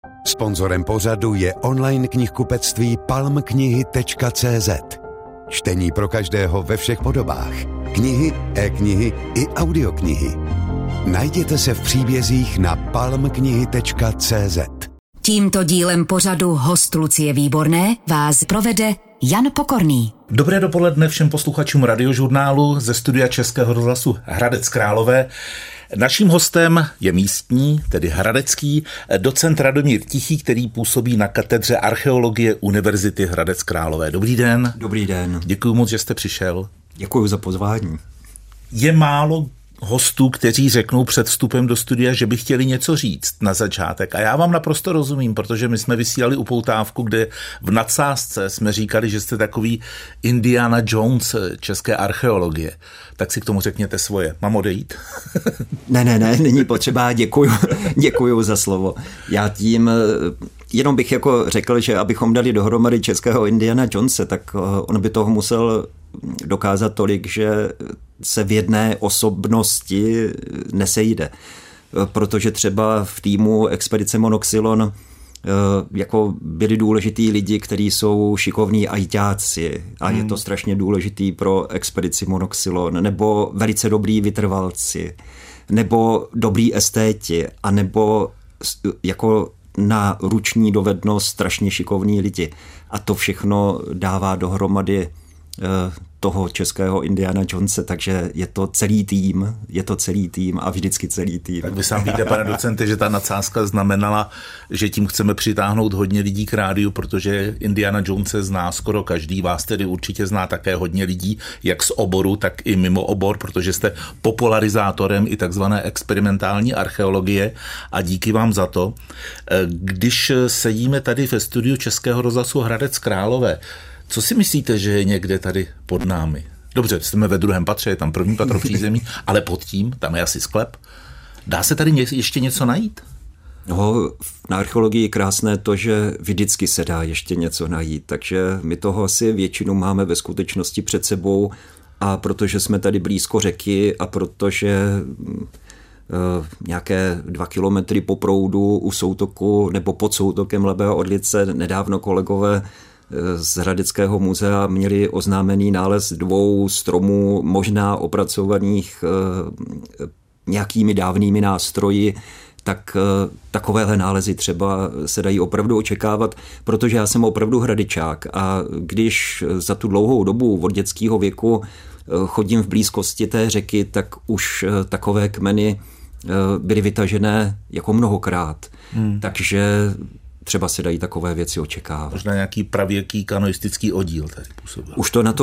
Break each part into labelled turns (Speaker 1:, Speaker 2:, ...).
Speaker 1: Sponzorem pořadu je online knihkupectví palmknihy.cz. Čtení pro každého ve všech podobách. Knihy, e-knihy i audioknihy. Najděte se v příbězích na palmknihy.cz.
Speaker 2: Tímto dílem pořadu Host Lucie Výborné vás provede Jan Pokorný.
Speaker 3: Dobré dopoledne všem posluchačům Radiožurnálu ze studia Českého rozhlasu Hradec Králové. Naším hostem je místní, tedy hradecký, docent Radomír Tichý, který působí na katedře archeologie Univerzity Hradec Králové. Dobrý den.
Speaker 4: Dobrý den.
Speaker 3: Děkuji moc, že jste přišel.
Speaker 4: Děkuji za pozvání.
Speaker 3: Je málo hostů, kteří řeknou před vstupem do studia, že by chtěli něco říct na začátek. A já vám naprosto rozumím, protože my jsme vysílali upoutávku, kde v nadsázce jsme říkali, že jste takový Indiana Jones české archeologie. Tak si k tomu řekněte svoje. Mám odejít?
Speaker 4: Ne, není potřeba. Děkuju za slovo. Já tím jenom bych jako řekl, že abychom dali dohromady českého Indiana Jonese, tak on by toho musel dokázat tolik, že se v jedné osobnosti nesejde. Protože třeba v týmu expedice Monoxylon jako byli důležití lidi, kteří jsou šikovní ajťáci a je to strašně důležitý pro expedici Monoxylon, nebo velice dobrý vytrvalci, nebo dobrý estéti, a nebo jako na ruční dovednost strašně šikovní lidi. A to všechno dává dohromady toho českého Indiana Jonese, takže je to celý tým a vždycky celý tým.
Speaker 3: Tak vy sám víte, pane docente, že ta nadsázka znamenala, že tím chceme přitáhnout hodně lidí k rádiu, protože Indiana Jonese zná skoro každý, vás tedy určitě zná také hodně lidí, jak z oboru, tak i mimo obor, protože jste popularizátorem i takzvané experimentální archeologie a díky vám za to. Když sedíme tady ve studiu Českého rozhlasu Hradec Králové, co si myslíte, že je někde tady pod námi? Dobře, jsme ve druhém patře, je tam první patro přízemí, ale pod tím, tam je asi sklep. Dá se tady ještě něco najít?
Speaker 4: No, na archeologii je krásné to, že vždycky se dá ještě něco najít, takže my toho asi většinu máme ve skutečnosti před sebou, a protože jsme tady blízko řeky a protože nějaké 2 kilometry po proudu u soutoku nebo pod soutokem Lebého Orlice nedávno kolegové z Hradeckého muzea měli oznámený nález 2 stromů, možná opracovaných nějakými dávnými nástroji, tak takovéhle nálezy třeba se dají opravdu očekávat, protože já jsem opravdu hradičák a když za tu dlouhou dobu od dětského věku chodím v blízkosti té řeky, tak už takové kmeny byly vytažené jako mnohokrát. Takže třeba se dají takové věci očekávat.
Speaker 3: Možná nějaký pravěký kanoistický oddíl tady působil.
Speaker 4: Už to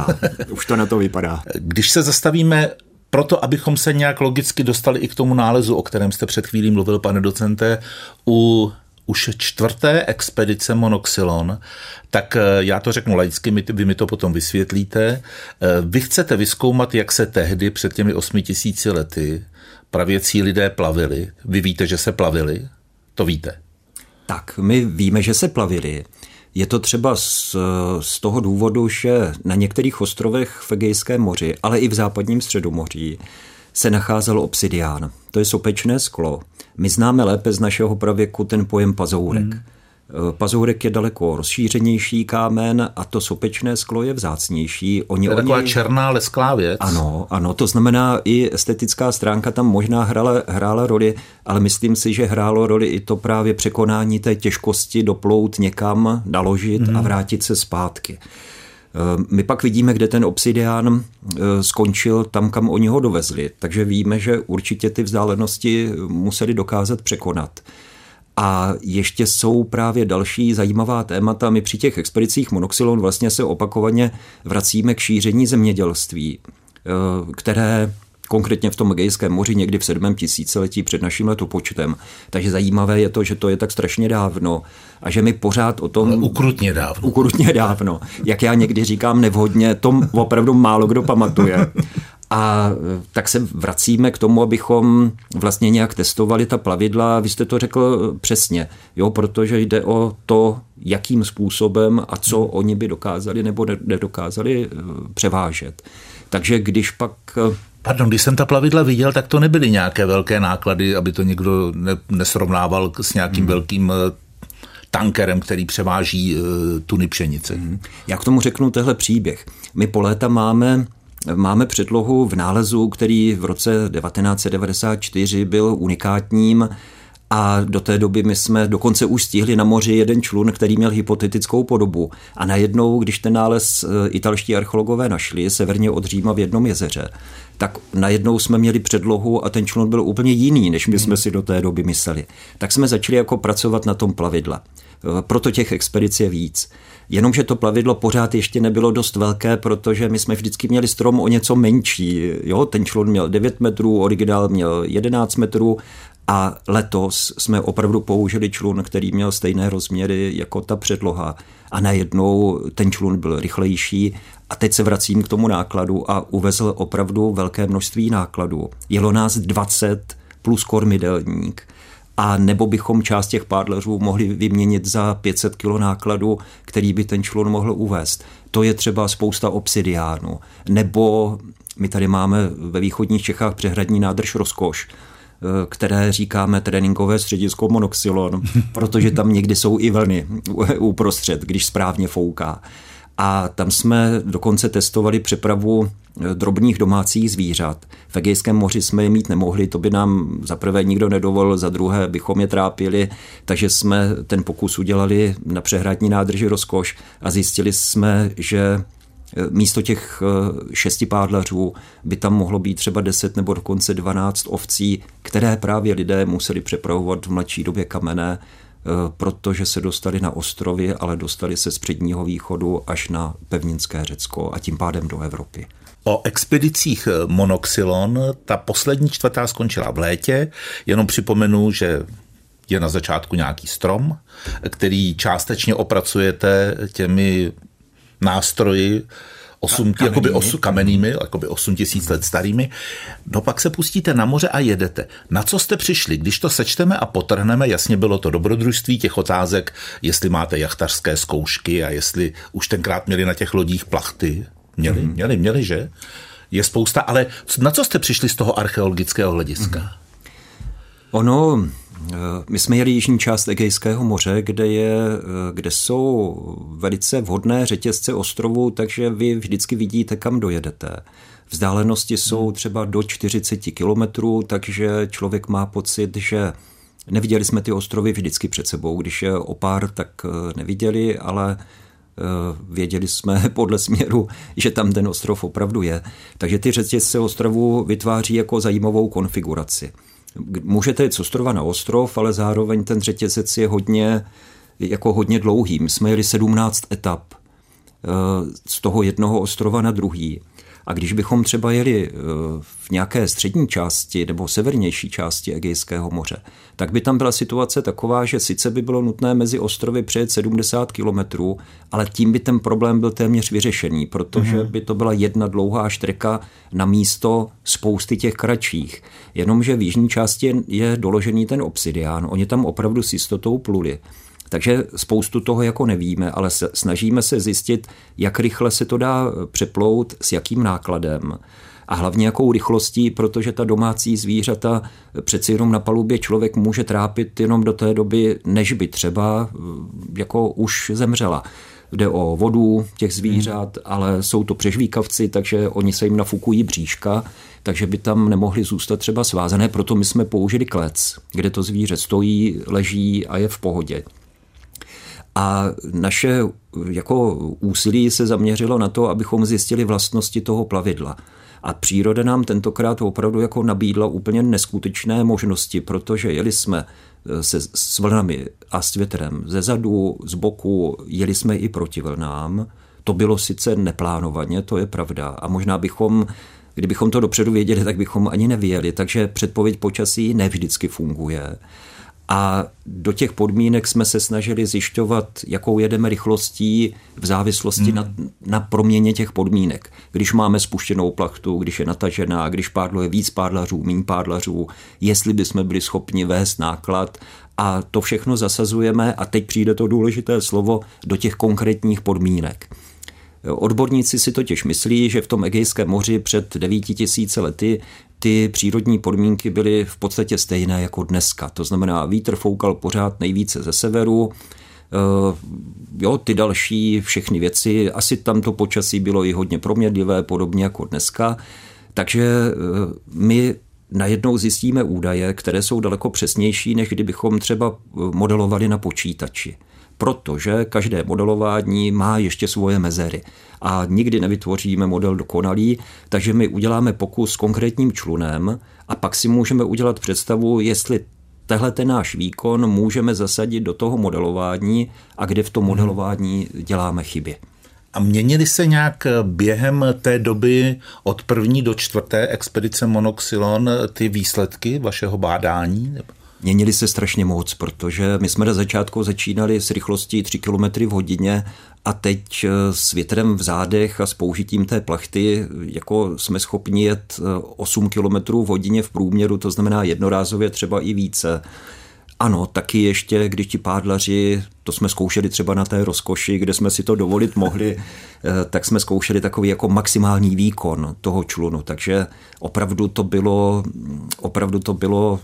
Speaker 4: na to vypadá.
Speaker 3: Když se zastavíme proto, abychom se nějak logicky dostali i k tomu nálezu, o kterém jste před chvílí mluvil, pane docente, u už 4. expedice Monoxylon, tak já to řeknu laicky, vy mi to potom vysvětlíte. Vy chcete vyzkoumat, jak se tehdy před těmi 8000 lety pravěcí lidé plavili. Vy víte, že se plavili? To víte.
Speaker 4: Tak, my víme, že se plavili. Je to třeba z toho důvodu, že na některých ostrovech v Egejském moři, ale i v západním Středomoří se nacházel obsidián. To je sopečné sklo. My známe lépe z našeho pravěku ten pojem pazourek. Pazourek je daleko rozšířenější kámen a to sopečné sklo je vzácnější.
Speaker 3: To je taková černá lesklá věc.
Speaker 4: Ano, to znamená i estetická stránka tam možná hrála roli, ale myslím si, že hrálo roli i to právě překonání té těžkosti doplout někam, naložit a vrátit se zpátky. My pak vidíme, kde ten obsidián skončil, tam, kam oni ho dovezli, takže víme, že určitě ty vzdálenosti museli dokázat překonat. A ještě jsou právě další zajímavá témata. My při těch expedicích Monoxylon vlastně se opakovaně vracíme k šíření zemědělství, které konkrétně v tom Egejském moři někdy v 7. tisíciletí před naším letopočtem. Takže zajímavé je to, že to je tak strašně dávno a že my pořád o tom... Ukrutně dávno. Jak já někdy říkám nevhodně, to opravdu málo kdo pamatuje. A tak se vracíme k tomu, abychom vlastně nějak testovali ta plavidla. Vy jste to řekl přesně, jo, protože jde o to, jakým způsobem a co oni by dokázali nebo nedokázali převážet. Takže když pak
Speaker 3: Pardon, když jsem ta plavidla viděl, tak to nebyly nějaké velké náklady, aby to někdo nesrovnával s nějakým velkým tankerem, který převáží tuny pšenice.
Speaker 4: Já k tomu řeknu tehle příběh. My po léta máme předlohu v nálezu, který v roce 1994 byl unikátním, a do té doby my jsme dokonce už stihli na moři jeden člun, který měl hypotetickou podobu. A najednou, když ten nález italští archeologové našli severně od Říma v jednom jezeře, tak najednou jsme měli předlohu a ten člun byl úplně jiný, než my jsme si do té doby mysleli. Tak jsme začali jako pracovat na tom plavidle. Proto těch expedic je víc. Jenomže to plavidlo pořád ještě nebylo dost velké, protože my jsme vždycky měli strom o něco menší. Jo? Ten člun měl 9 metrů, originál měl 11 metrů, a letos jsme opravdu použili člun, který měl stejné rozměry jako ta předloha. A najednou ten člun byl rychlejší. A teď se vracím k tomu nákladu a uvezl opravdu velké množství nákladů. Jelo nás 20 plus kormidelník. A nebo bychom část těch pádleřů mohli vyměnit za 500 kg nákladu, který by ten člun mohl uvést. To je třeba spousta obsidiánu. Nebo my tady máme ve východních Čechách přehradní nádrž Rozkoš, které říkáme tréninkové středisko Monoxylon, protože tam někdy jsou i vlny uprostřed, když správně fouká. A tam jsme dokonce testovali přepravu drobných domácích zvířat. V Egejském moři jsme je mít nemohli, to by nám za prvé nikdo nedovolil, za druhé bychom je trápili, takže jsme ten pokus udělali na přehradní nádrži Rozkoš a zjistili jsme, že místo těch 6 pádlařů by tam mohlo být třeba 10 nebo dokonce 12 ovcí, které právě lidé museli přepravovat v mladší době kamenné, protože se dostali na ostrovy, ale dostali se z předního východu až na pevninské Řecko a tím pádem do Evropy.
Speaker 3: O expedicích Monoxylon, ta poslední 4. skončila v létě, jenom připomenu, že je na začátku nějaký strom, který částečně opracujete těmi nástroji kamennými, jakoby 8 000 let starými. No pak se pustíte na moře a jedete. Na co jste přišli? Když to sečteme a potrhneme, jasně bylo to dobrodružství těch otázek, jestli máte jachtařské zkoušky a jestli už tenkrát měli na těch lodích plachty. Měli, že? Je spousta, ale na co jste přišli z toho archeologického hlediska?
Speaker 4: My jsme jeli jižní část Egejského moře, kde jsou velice vhodné řetězce ostrovů, takže vy vždycky vidíte, kam dojedete. Vzdálenosti jsou třeba do 40 kilometrů, takže člověk má pocit, že neviděli jsme ty ostrovy vždycky před sebou. Když je opár, tak neviděli, ale věděli jsme podle směru, že tam ten ostrov opravdu je. Takže ty řetězce ostrovů vytváří jako zajímavou konfiguraci. Můžete jít z ostrova na ostrov, ale zároveň ten řetězec je hodně dlouhý. My jsme jeli 17 etap z toho jednoho ostrova na druhý. A když bychom třeba jeli v nějaké střední části nebo severnější části Egejského moře, tak by tam byla situace taková, že sice by bylo nutné mezi ostrovy přejet 70 kilometrů, ale tím by ten problém byl téměř vyřešený, protože by to byla jedna dlouhá štreka na místo spousty těch kratších. Jenomže v jižní části je doložený ten obsidián, oni tam opravdu s jistotou pluli. Takže spoustu toho jako nevíme, ale snažíme se zjistit, jak rychle se to dá přeplout, s jakým nákladem a hlavně jakou rychlostí, protože ta domácí zvířata přeci jenom na palubě člověk může trápit jenom do té doby, než by třeba jako už zemřela. Jde o vodu těch zvířat, ale jsou to přežvíkavci, takže oni se jim nafukují bříška, takže by tam nemohli zůstat třeba svázané, proto my jsme použili klec, kde to zvíře stojí, leží a je v pohodě. A naše jako úsilí se zaměřilo na to, abychom zjistili vlastnosti toho plavidla. A příroda nám tentokrát opravdu jako nabídla úplně neskutečné možnosti, protože jeli jsme se s vlnami a s větrem ze zadu, z boku, jeli jsme i proti vlnám. To bylo sice neplánovaně, to je pravda. A možná kdybychom to dopředu věděli, tak bychom ani nevěděli. Takže předpověď počasí nevždycky funguje. A do těch podmínek jsme se snažili zjišťovat, jakou jedeme rychlostí v závislosti na proměně těch podmínek. Když máme spuštěnou plachtu, když je natažená, když pádlo je víc pádlařů, míň pádlařů, jestli bychom byli schopni vést náklad. A to všechno zasazujeme a teď přijde to důležité slovo do těch konkrétních podmínek. Odborníci si totiž myslí, že v tom Egejském moři před 9000 lety ty přírodní podmínky byly v podstatě stejné jako dneska. To znamená, vítr foukal pořád nejvíce ze severu, ty další všechny věci, asi tam to počasí bylo i hodně proměnlivé, podobně jako dneska. Takže my najednou zjistíme údaje, které jsou daleko přesnější, než kdybychom třeba modelovali na počítači. Protože každé modelování má ještě svoje mezery a nikdy nevytvoříme model dokonalý, takže my uděláme pokus s konkrétním člunem a pak si můžeme udělat představu, jestli tehle ten náš výkon můžeme zasadit do toho modelování a kde v tom modelování děláme chyby.
Speaker 3: A měnily se nějak během té doby od 1. do 4. expedice Monoxylon ty výsledky vašeho bádání?
Speaker 4: Měnily se strašně moc, protože my jsme na začátku začínali s rychlostí 3 km v hodině a teď s větrem v zádech a s použitím té plachty jako jsme schopni jet 8 km v hodině v průměru, to znamená jednorázově třeba i více. Ano, taky ještě, když ti pádlaři, to jsme zkoušeli třeba na té Rozkoši, kde jsme si to dovolit mohli, tak jsme zkoušeli takový jako maximální výkon toho člunu, takže opravdu to bylo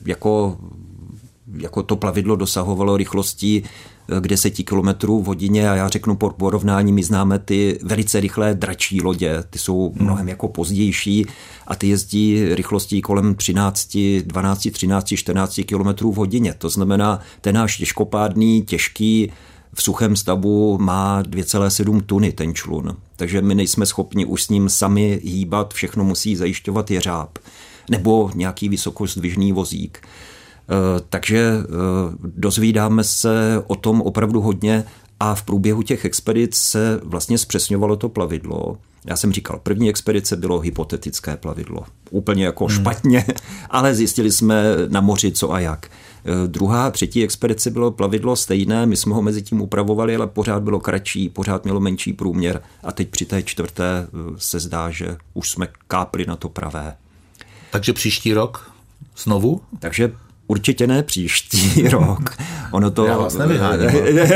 Speaker 4: jako to plavidlo dosahovalo rychlostí 10 km v hodině a já řeknu po porovnání, my známe ty velice rychlé dračí lodě, ty jsou mnohem jako pozdější a ty jezdí rychlostí kolem 13, 14 km v hodině. To znamená, ten náš těžkopádný, těžký v suchém stavu má 2,7 tuny ten člun. Takže my nejsme schopni už s ním sami hýbat, všechno musí zajišťovat jeřáb nebo nějaký vysokozdvižný vozík. Takže dozvídáme se o tom opravdu hodně a v průběhu těch expedic se vlastně zpřesňovalo to plavidlo. Já jsem říkal, první expedice bylo hypotetické plavidlo. Úplně jako špatně, ale zjistili jsme na moři co a jak. Druhá, třetí expedice bylo plavidlo stejné, my jsme ho mezi tím upravovali, ale pořád bylo kratší, pořád mělo menší průměr a teď při té čtvrté se zdá, že už jsme kápli na to pravé.
Speaker 3: Takže příští rok znovu?
Speaker 4: Takže určitě ne příští rok. Ono to...
Speaker 3: Já vás nevyháním.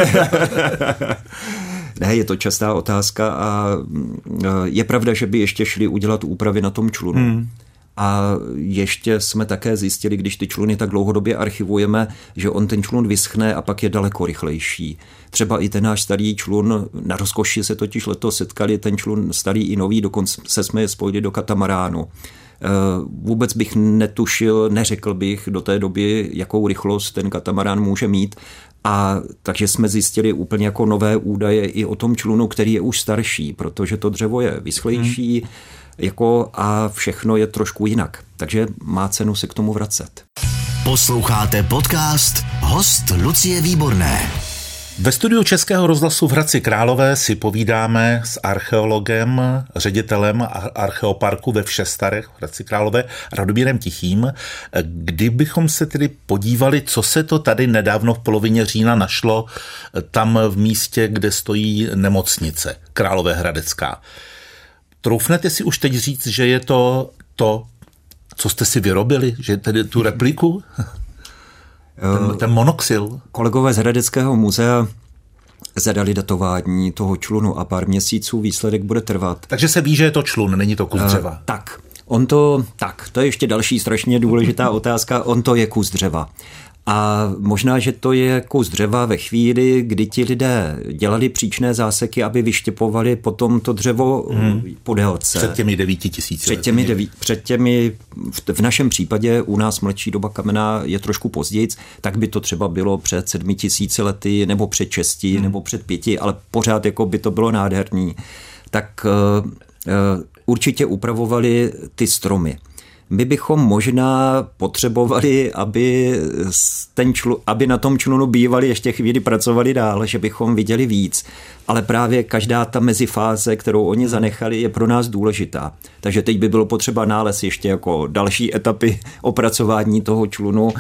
Speaker 4: Ne, je to častá otázka a je pravda, že by ještě šli udělat úpravy na tom člunu. A ještě jsme také zjistili, když ty čluny tak dlouhodobě archivujeme, že on ten člun vyschne a pak je daleko rychlejší. Třeba i ten náš starý člun, na Rozkoši se totiž letos setkali, ten člun starý i nový, dokonce jsme je spojili do katamaránu. Vůbec bych netušil, neřekl bych do té doby, jakou rychlost ten katamarán může mít. A takže jsme zjistili úplně jako nové údaje i o tom člunu, který je už starší, protože to dřevo je vyschlejší a všechno je trošku jinak. Takže má cenu se k tomu vracet.
Speaker 5: Posloucháte podcast Host Lucie Výborné.
Speaker 3: Ve studiu Českého rozhlasu v Hradci Králové si povídáme s archeologem, ředitelem archeoparku ve Všestarech v Hradci Králové, Radomírem Tichým. Kdybychom se tedy podívali, co se to tady nedávno v polovině října našlo tam v místě, kde stojí nemocnice Královéhradecká. Troufnete si už teď říct, že je to, co jste si vyrobili, že tedy tu repliku? Ten monoxyl.
Speaker 4: Kolegové z Hradeckého muzea zadali datování toho člunu a pár měsíců výsledek bude trvat.
Speaker 3: Takže se ví, že je to člun, není to kus dřeva.
Speaker 4: To je ještě další strašně důležitá otázka, on to je kus dřeva. A možná, že to je kus dřeva ve chvíli, kdy ti lidé dělali příčné záseky, aby vyštěpovali potom to dřevo po délce.
Speaker 3: Před těmi 9000
Speaker 4: v našem případě u nás mladší doba kamenná je trošku později, tak by to třeba bylo před 7000 lety, nebo před 6, nebo před 5, ale pořád jako by to bylo nádherný. Tak určitě upravovali ty stromy. My bychom možná potřebovali, aby na tom člunu bývali ještě chvíli pracovali dál, že bychom viděli víc. Ale právě každá ta mezifáze, kterou oni zanechali, je pro nás důležitá. Takže teď by bylo potřeba nález ještě jako další etapy opracování toho člunu.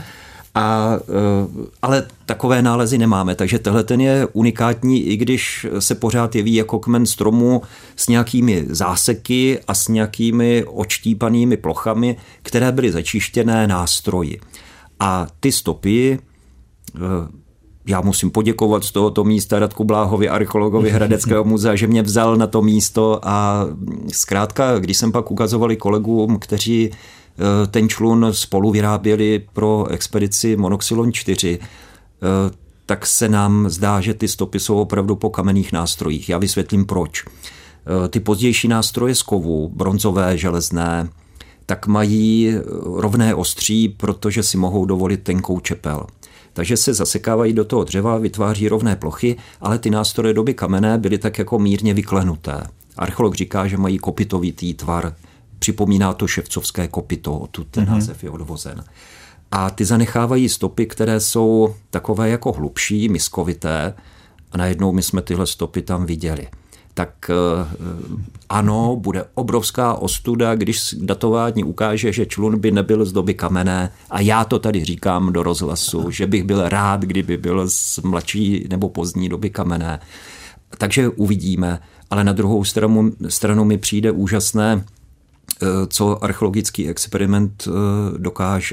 Speaker 4: Ale takové nálezy nemáme, takže tenhle ten je unikátní, i když se pořád jeví jako kmen stromu s nějakými záseky a s nějakými odštípanými plochami, které byly začištěné nástroji. A ty stopy, já musím poděkovat z tohoto místa Radku Bláhovi, archeologovi Hradeckého muzea, že mě vzal na to místo a zkrátka, když jsem pak ukazovali kolegům, kteří ten člun spolu vyráběli pro expedici Monoxylon 4, tak se nám zdá, že ty stopy jsou opravdu po kamenných nástrojích. Já vysvětlím proč. Ty pozdější nástroje z kovu, bronzové, železné, tak mají rovné ostří, protože si mohou dovolit tenkou čepel. Takže se zasekávají do toho dřeva, vytváří rovné plochy, ale ty nástroje doby kamenné byly tak jako mírně vyklenuté. Archeolog říká, že mají kopitovitý tvar. Připomíná to ševcovské kopito, odtud ten název je odvozen. A ty zanechávají stopy, které jsou takové jako hlubší, miskovité, a najednou my jsme tyhle stopy tam viděli. Tak ano, bude obrovská ostuda, když datování ukáže, že člun by nebyl z doby kamenné, a já to tady říkám do rozhlasu, že bych byl rád, kdyby byl z mladší nebo pozdní doby kamenné. Takže uvidíme, ale na druhou stranu mi přijde úžasné, co archeologický experiment dokáže.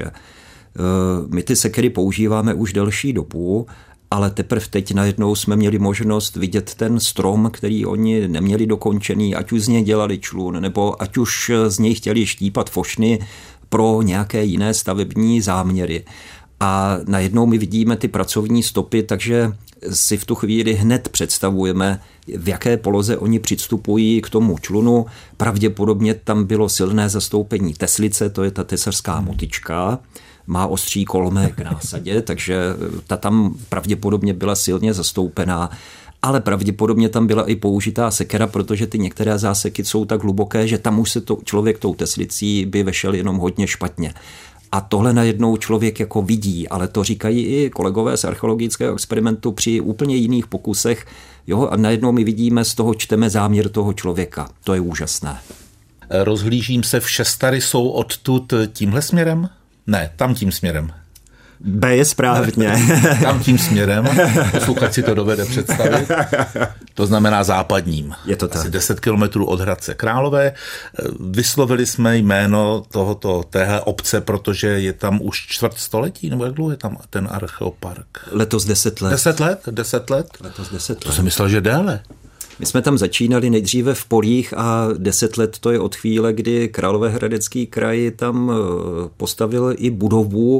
Speaker 4: My ty sekery používáme už delší dobu, ale teprve teď najednou jsme měli možnost vidět ten strom, který oni neměli dokončený, ať už z něj dělali člun, nebo ať už z něj chtěli štípat fošny pro nějaké jiné stavební záměry. A najednou my vidíme ty pracovní stopy, takže si v tu chvíli hned představujeme, v jaké poloze oni přistupují k tomu člunu. Pravděpodobně tam bylo silné zastoupení teslice, to je ta tesařská motyčka, má ostří kolmé k násadě, takže ta tam pravděpodobně byla silně zastoupená, ale pravděpodobně tam byla i použitá sekera, protože ty některé záseky jsou tak hluboké, že tam už se to člověk tou teslicí by vešel jenom hodně špatně. A tohle najednou člověk jako vidí, ale to říkají i kolegové z archeologického experimentu při úplně jiných pokusech. Jo, a najednou my vidíme, z toho čteme záměr toho člověka. To je úžasné.
Speaker 3: Rozhlížím se, vše stary jsou odtud tímhle směrem? Ne, tam tím směrem.
Speaker 4: B je správně.
Speaker 3: Tam tím směrem, posluchač si to dovede představit, to znamená západním.
Speaker 4: Je to tak.
Speaker 3: Asi 10 kilometrů od Hradce Králové. Vyslovili jsme jméno téhle obce, protože je tam už čtvrtstoletí, nebo jak dlouho je tam ten archeopark?
Speaker 4: Letos 10 let.
Speaker 3: 10 let? 10 let?
Speaker 4: Letos 10 let.
Speaker 3: To jsem myslel, že déle.
Speaker 4: My jsme tam začínali nejdříve v polích a 10 let to je od chvíle, kdy Královéhradecký kraj tam postavil i budovu,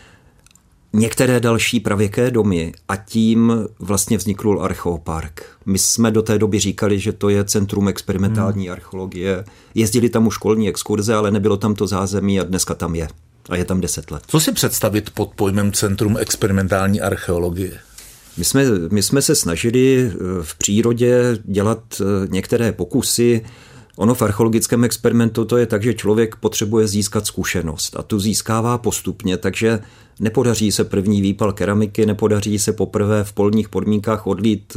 Speaker 4: některé další pravěké domy a tím vlastně vznikl archeopark. My jsme do té doby říkali, že to je centrum experimentální archeologie. Jezdili tam už školní exkurze, ale nebylo tam to zázemí a dneska tam je. A je tam 10 let.
Speaker 3: Co si představit pod pojmem centrum experimentální archeologie?
Speaker 4: My jsme se snažili v přírodě dělat některé pokusy. Ono v archeologickém experimentu to je tak, že člověk potřebuje získat zkušenost a tu získává postupně, takže nepodaří se první výpal keramiky, nepodaří se poprvé v polních podmínkách odlít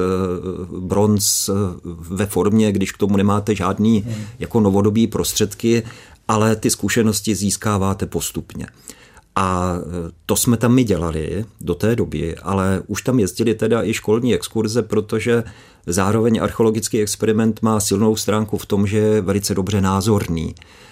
Speaker 4: bronz ve formě, když k tomu nemáte žádný jako novodobý prostředky, ale ty zkušenosti získáváte postupně. A to jsme tam my dělali do té doby, ale už tam jezdili teda i školní exkurze, protože zároveň archeologický experiment má silnou stránku v tom, že je velice dobře názorný.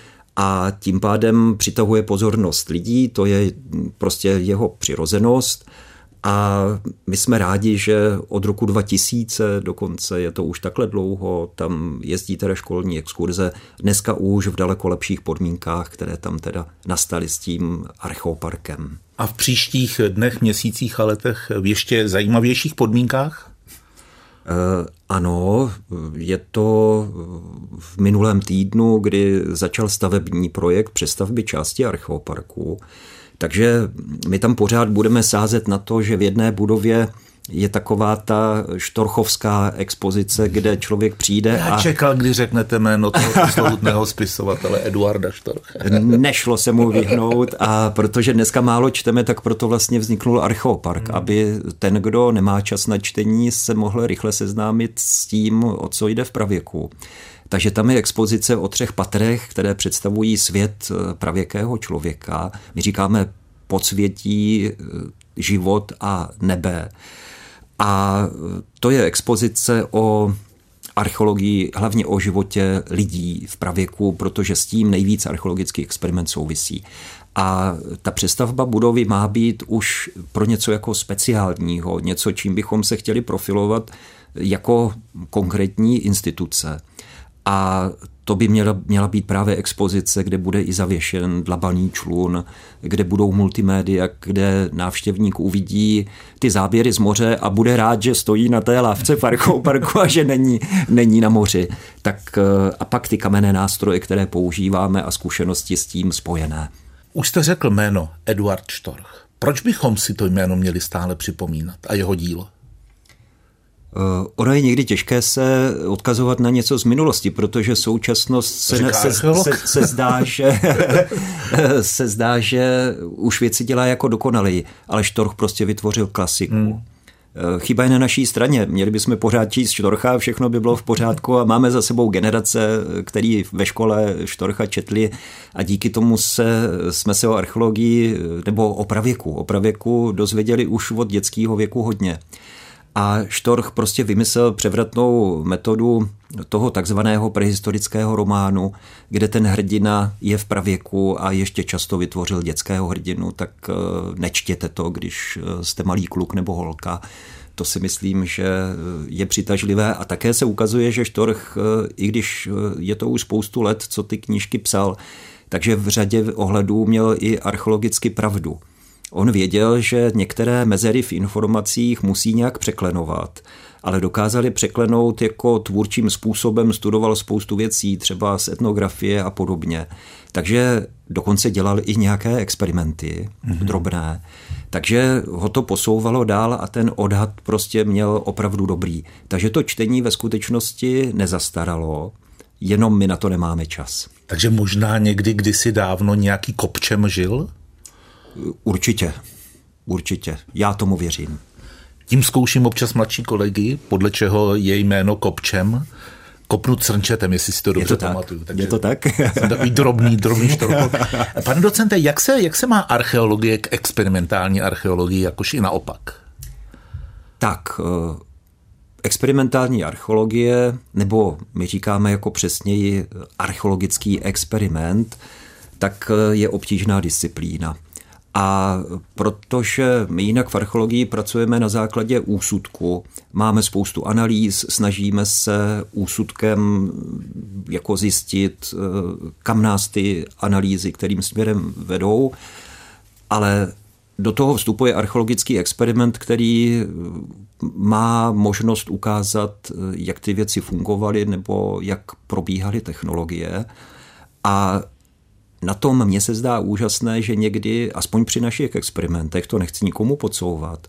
Speaker 4: A tím pádem přitahuje pozornost lidí, to je prostě jeho přirozenost. A my jsme rádi, že od roku 2000 dokonce, je to už takhle dlouho, tam jezdí teda školní exkurze, dneska už v daleko lepších podmínkách, které tam teda nastaly s tím archeoparkem.
Speaker 3: A v příštích dnech, měsících a letech v ještě zajímavějších podmínkách?
Speaker 4: Ano, je to v minulém týdnu, kdy začal stavební projekt přestavby části archeoparku. Takže my tam pořád budeme sázet na to, že v jedné budově je taková ta štorchovská expozice, kde člověk přijde.
Speaker 3: Já čekal, kdy řeknete jméno toho slovutného spisovatele Eduarda Štorcha.
Speaker 4: Nešlo se mu vyhnout a protože dneska málo čteme, tak proto vlastně vzniknul archeopark, aby ten, kdo nemá čas na čtení, se mohl rychle seznámit s tím, o co jde v pravěku. Takže tam je expozice o 3 patrech, které představují svět pravěkého člověka. My říkáme podsvětí, život a nebe. A to je expozice o archeologii, hlavně o životě lidí v pravěku, protože s tím nejvíc archeologický experiment souvisí. A ta přestavba budovy má být už pro něco jako speciálního, něco, čím bychom se chtěli profilovat jako konkrétní instituce. A to by měla být právě expozice, kde bude i zavěšen dlabaný člun, kde budou multimédia, kde návštěvník uvidí ty záběry z moře a bude rád, že stojí na té lávce v Archou a že není na moři. Tak a pak ty kamenné nástroje, které používáme a zkušenosti s tím spojené.
Speaker 3: Už jste řekl jméno Eduard Štorch. Proč bychom si to jméno měli stále připomínat a jeho dílo?
Speaker 4: Ono je někdy těžké se odkazovat na něco z minulosti, protože současnost se zdá, že už věci dělá jako dokonalý, ale Štorch prostě vytvořil klasiku. Chyba je na naší straně. Měli bychom pořád číst Štorcha, všechno by bylo v pořádku a máme za sebou generace, který ve škole Štorcha četli a díky tomu jsme se o archeologii nebo o pravěku dozvěděli už od dětského věku hodně. A Štorch prostě vymyslel převratnou metodu toho takzvaného prehistorického románu, kde ten hrdina je v pravěku a ještě často vytvořil dětského hrdinu, tak nečtěte to, když jste malý kluk nebo holka. To si myslím, že je přitažlivé a také se ukazuje, že Štorch, i když je to už spoustu let, co ty knížky psal, takže v řadě ohledů měl i archeologicky pravdu. On věděl, že některé mezery v informacích musí nějak překlenovat, ale dokázali překlenout jako tvůrčím způsobem, studoval spoustu věcí, třeba z etnografie a podobně. Takže dokonce dělal i nějaké experimenty drobné. Takže ho to posouvalo dál a ten odhad prostě měl opravdu dobrý. Takže to čtení ve skutečnosti nezastaralo, jenom my na to nemáme čas.
Speaker 3: Takže možná někdy kdysi dávno nějaký Kopčem žil?
Speaker 4: Určitě. Já tomu věřím.
Speaker 3: Tím zkouším občas mladší kolegy, podle čeho je jméno Kopčem. Kopnut srnčetem, jestli si to dobře pamatuju.
Speaker 4: Je to tak?
Speaker 3: Jsem takový drobný Štorch. Pane docente, jak se má archeologie k experimentální archeologii, jakož i naopak?
Speaker 4: Tak, experimentální archeologie, nebo my říkáme jako přesněji archeologický experiment, tak je obtížná disciplína. A protože my jinak v archeologii pracujeme na základě úsudku, máme spoustu analýz, snažíme se úsudkem jako zjistit, kam nás ty analýzy, kterým směrem vedou, ale do toho vstupuje archeologický experiment, který má možnost ukázat, jak ty věci fungovaly nebo jak probíhaly technologie. A na tom mně se zdá úžasné, že někdy, aspoň při našich experimentech, to nechci nikomu podsouvat,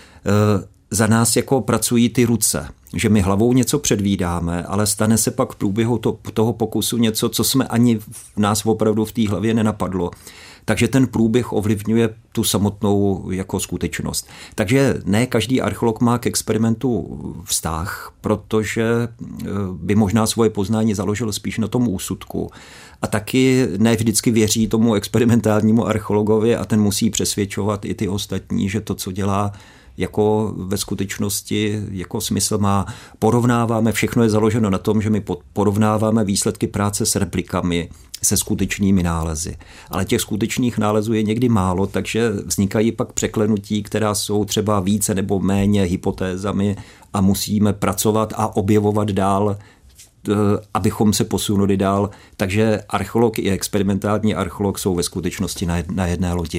Speaker 4: za nás jako pracují ty ruce, že my hlavou něco předvídáme, ale stane se pak v průběhu toho pokusu něco, co jsme ani v nás opravdu v té hlavě nenapadlo. Takže ten průběh ovlivňuje tu samotnou jako skutečnost. Takže ne každý archeolog má k experimentu vztah, protože by možná svoje poznání založil spíš na tom úsudku. A taky ne vždycky věří tomu experimentálnímu archeologovi a ten musí přesvědčovat i ty ostatní, že to, co dělá, jako ve skutečnosti jako smysl má. Porovnáváme, všechno je založeno na tom, že my porovnáváme výsledky práce s replikami, se skutečnými nálezy. Ale těch skutečných nálezů je někdy málo, takže vznikají pak překlenutí, která jsou třeba více nebo méně hypotézami a musíme pracovat a objevovat dál, abychom se posunuli dál. Takže archeolog i experimentální archeolog jsou ve skutečnosti na jedné lodi.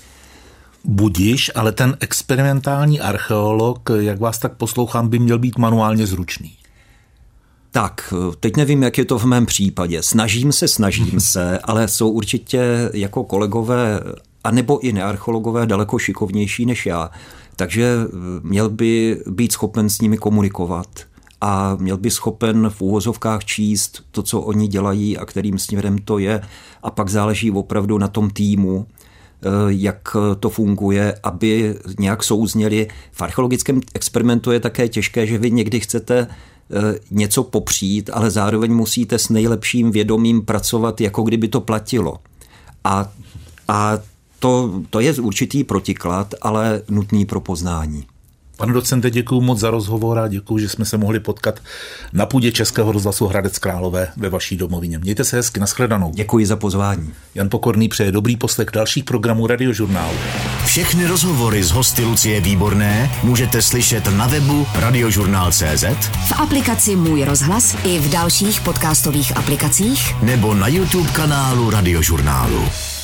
Speaker 3: Budiš, ale ten experimentální archeolog, jak vás tak poslouchám, by měl být manuálně zručný.
Speaker 4: Tak, teď nevím, jak je to v mém případě. Snažím se, ale jsou určitě jako kolegové, anebo i nearcheologové daleko šikovnější než já. Takže měl by být schopen s nimi komunikovat a měl by schopen v úvozovkách číst to, co oni dělají a kterým směrem to je. A pak záleží opravdu na tom týmu, jak to funguje, aby nějak souzněli. V archeologickém experimentu je také těžké, že vy někdy chcete něco popřít, ale zároveň musíte s nejlepším vědomím pracovat, jako kdyby to platilo. A to je určitý protiklad, ale nutný pro poznání.
Speaker 3: Pane docente, děkuji moc za rozhovor a děkuji, že jsme se mohli potkat na půdě Českého rozhlasu Hradec Králové ve vaší domovině. Mějte se hezky, nashledanou.
Speaker 4: Děkuji za pozvání.
Speaker 3: Jan Pokorný přeje dobrý poslech dalších programů Radiožurnálu.
Speaker 5: Všechny rozhovory s hosty Lucie Výborné můžete slyšet na webu radiožurnál.cz,
Speaker 2: v aplikaci Můj rozhlas i v dalších podcastových aplikacích
Speaker 5: nebo na YouTube kanálu Radiožurnálu.